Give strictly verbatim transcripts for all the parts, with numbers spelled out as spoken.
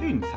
运彩。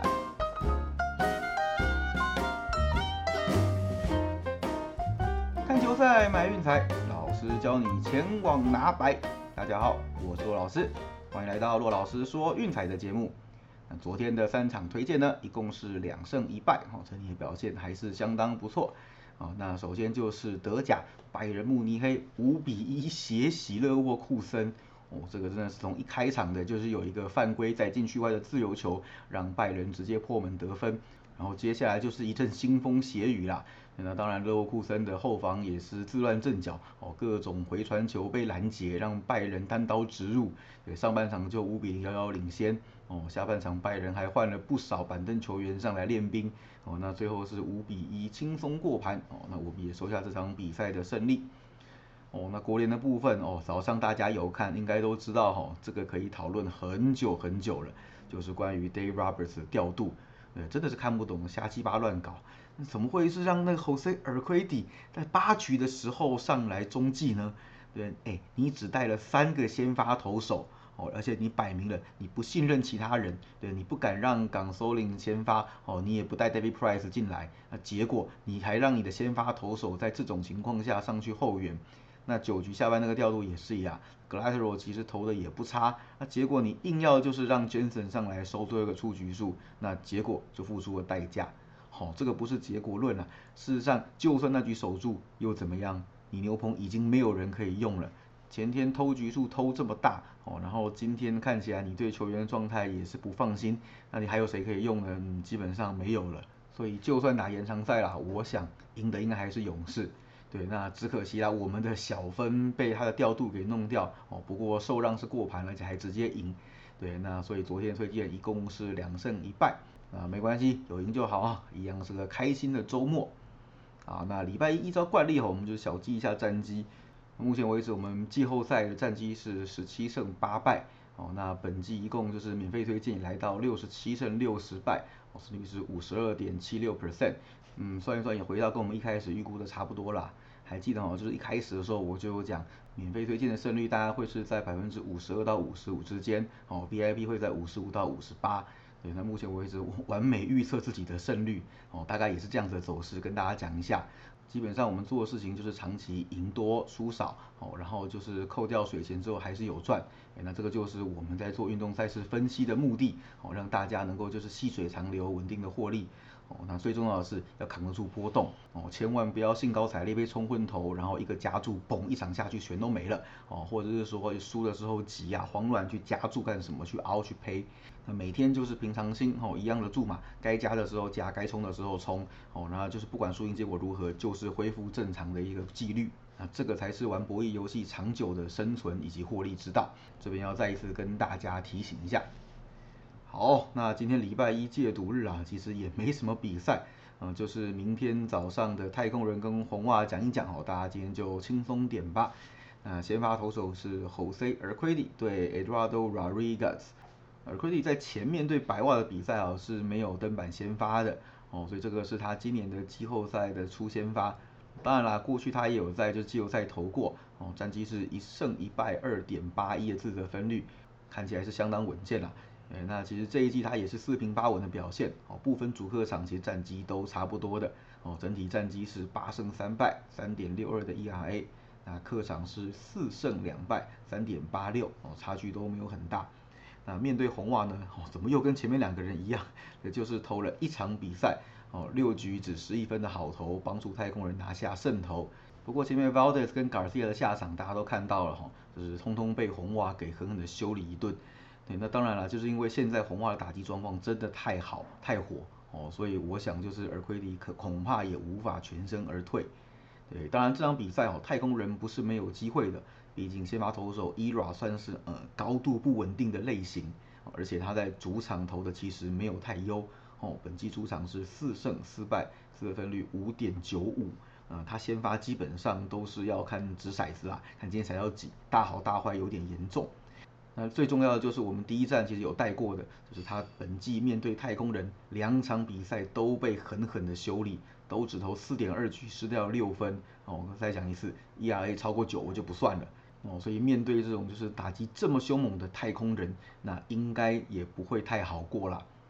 看球赛买运彩，老师教你前往拿白。大家好，我是骆老师，欢迎来到骆老师说运彩的节目。那昨天的三场推荐呢，一共是两胜一败，整体表现还是相当不错。那首先就是德甲，拜仁慕尼黑五比一血洗勒沃库森。哦，这个真的是从一开场的就是有一个犯规在禁区外的自由球，让拜仁直接破门得分。然后接下来就是一阵腥风血雨啦。那当然，勒沃库森的后防也是自乱阵脚，哦，各种回传球被拦截，让拜仁单刀直入。对，上半场就五比零遥遥领先。哦，下半场拜仁还换了不少板凳球员上来练兵。哦，那最后是五比一轻松过盘。哦，那我们也收下这场比赛的胜利。哦，那国联的部分哦，早上大家有看，应该都知道哈、哦，这个可以讨论很久很久了，就是关于 Dave Roberts 的调度，呃，真的是看不懂，瞎七八乱搞，怎么会是让那个 Jose Urquidy 在八局的时候上来中继呢？对，哎，你只带了三个先发投手。哦，而且你摆明了你不信任其他人，对，你不敢让港索林先发，哦，你也不带 David Price 进来，那结果你还让你的先发投手在这种情况下上去后援。那九局下半那个调度也是一样 ，Glatero 其实投的也不差，那结果你硬要就是让 Jensen 上来收最后一个出局数，那结果就付出了代价。好、哦，这个不是结果论啊，事实上就算那局守住又怎么样？你牛棚已经没有人可以用了。前天偷局数偷这么大哦，然后今天看起来你对球员的状态也是不放心，那你还有谁可以用呢？嗯，基本上没有了。所以就算打延长赛啦，我想赢的应该还是勇士。对，那只可惜啦，我们的小分被他的调度给弄掉哦。不过受让是过盘，而且还直接赢。对，那所以昨天推荐一共是两胜一败啊，没关系，有赢就好啊，一样是个开心的周末。啊，那礼拜一依照惯例哈，我们就小记一下战绩。目前为止，我们季后赛的战绩是十七胜八败。哦，那本季一共就是免费推荐来到六十七胜六十败，哦，胜率是五十二点七六 percent。嗯，算一算也回到跟我们一开始预估的差不多啦。还记得哦，就是一开始的时候我就有讲，免费推荐的胜率大概会是在百分之五十二到五十五之间，哦 ，V I P 会在五十五到五十八。对，那目前为止完美预测自己的胜率，哦，大概也是这样子的走势，跟大家讲一下。基本上我们做的事情就是长期赢多输少，哦，然后就是扣掉水钱之后还是有赚，那这个就是我们在做运动赛事分析的目的，哦，让大家能够就是细水长流，稳定的获利。哦，那最重要的是要扛得住波动，哦，千万不要兴高采烈被冲昏头，然后一个加注，嘣一场下去全都没了，哦，或者是说输的时候急啊，慌乱去加注干什么，去熬去赔。那每天就是平常心，哦，一样的注码，该加的时候加，该冲的时候冲，哦，然后就是不管输赢结果如何，就是恢复正常的一个纪律。那这个才是玩博弈游戏长久的生存以及获利之道。这边要再一次跟大家提醒一下。好，那今天礼拜一戒赌日啊，其实也没什么比赛，嗯、呃，就是明天早上的太空人跟红袜讲一讲哦，大家今天就轻松点吧。那先发投手是 Jose Urquidy 对 Eduardo Rodriguez。Urquidy 在前面对白袜的比赛啊是没有登板先发的哦，所以这个是他今年的季后赛的初先发。当然啦，过去他也有在就季后赛投过哦，战绩是一胜一败 二点八一 的自责分率，看起来是相当稳健啦。欸、那其实这一季他也是四平八稳的表现哦，部分主客场其实战绩都差不多的哦，整体战绩是八胜三败 三点六二 的 E R A， 那客场是四胜两败 三点八六 哦，差距都没有很大。那面对红袜呢，哦，怎么又跟前面两个人一样，也就是投了一场比赛哦，六局只十一分的好投，帮助太空人拿下胜投。不过前面 Valdez 跟 Garcia 的下场大家都看到了哈，就是通通被红袜给狠狠的修理一顿。对，那当然了，就是因为现在红袜的打击状况真的太好太火哦，所以我想就是尔奎迪可恐怕也无法全身而退。对，当然这场比赛哦，太空人不是没有机会的，毕竟先发投手 E R A 算是呃高度不稳定的类型，而且他在主场投的其实没有太优哦，本季主场是四胜四败，得分率 五点九五。呃，他先发基本上都是要看掷骰子啦，看今天才要几，大好大坏有点严重。那最重要的就是我们第一站其实有带过的，就是他本季面对太空人两场比赛都被狠狠的修理，都只投 四点二 局失掉六分哦。再讲一次 ，E R A 超过九我就不算了哦。所以面对这种就是打击这么凶猛的太空人，那应该也不会太好过啦。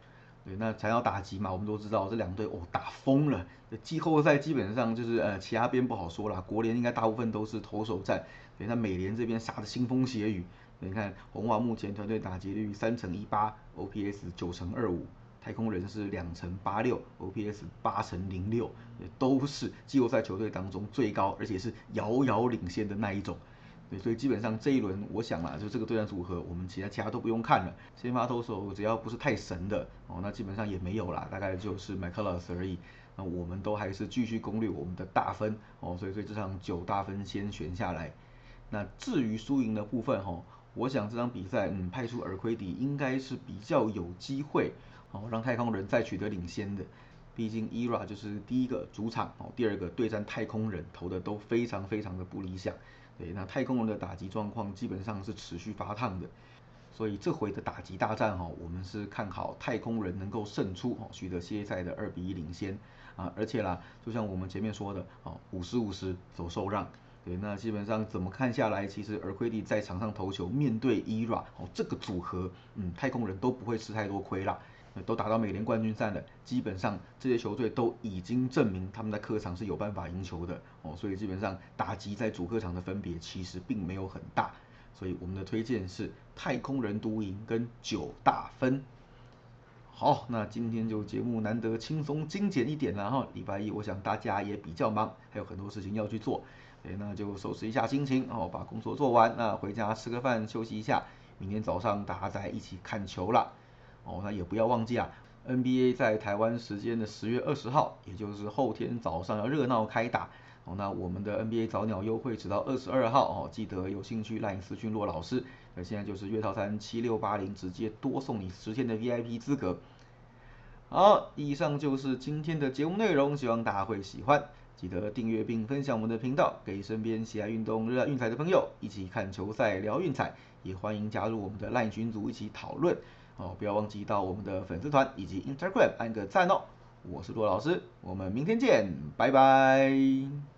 对，那才要打击嘛，我们都知道这两队哦打疯了，季后赛基本上就是呃其他边不好说啦，国联应该大部分都是投手战，对，那美联这边杀的腥风血雨，你看红袜目前团队打击率三乘一八 ，O P S 九乘二五，太空人是两乘八六 ，O P S 八乘零六，都是季后赛球队当中最高，而且是遥遥领先的那一种。对，所以基本上这一轮，我想啦，就这个对战组合，我们其他其他都不用看了。先发投手只要不是太神的哦，那基本上也没有啦，大概就是 McCullers 而已。那我们都还是继续攻略我们的大分哦，所以所以这场九大分先选下来。那至于输赢的部分哈，我想这场比赛嗯派出尔奎迪应该是比较有机会哦，让太空人再取得领先的。毕竟 E R A 就是第一个主场哦，第二个对战太空人投的都非常非常的不理想。对，那太空人的打击状况基本上是持续发烫的，所以这回的打击大战哈、哦，我们是看好太空人能够胜出哦，取得系列赛的二比一领先啊，而且啦，就像我们前面说的哦，五十五十走受让。对，那基本上怎么看下来，其实尔奎蒂在场上投球，面对 E R A 哦这个组合，嗯，太空人都不会吃太多亏啦。都打到美联冠军战了，基本上这些球队都已经证明他们在客场是有办法赢球的哦，所以基本上打击在主客场的分别其实并没有很大，所以我们的推荐是太空人独赢跟九大分。好，那今天就节目难得轻松精简一点了哈，礼拜一我想大家也比较忙，还有很多事情要去做，对，那就收拾一下心情哦，把工作做完，那回家吃个饭休息一下，明天早上大家再一起看球啦。哦，那也不要忘记啊 ，N B A 在台湾时间的十月二十号，也就是后天早上要热闹开打。哦，那我们的 N B A 早鸟优惠直到二十二号哦，记得有兴趣赖私讯骆老师。那现在就是月套餐七六八零，直接多送你十天的 V I P 资格。好，以上就是今天的节目内容，希望大家会喜欢。记得订阅并分享我们的频道，给身边喜爱运动、热爱运彩的朋友一起看球赛、聊运彩。也欢迎加入我们的 LINE 群组一起讨论。哦，不要忘记到我们的粉丝团以及 Instagram 按个赞哦。我是骆老师，我们明天见，拜拜。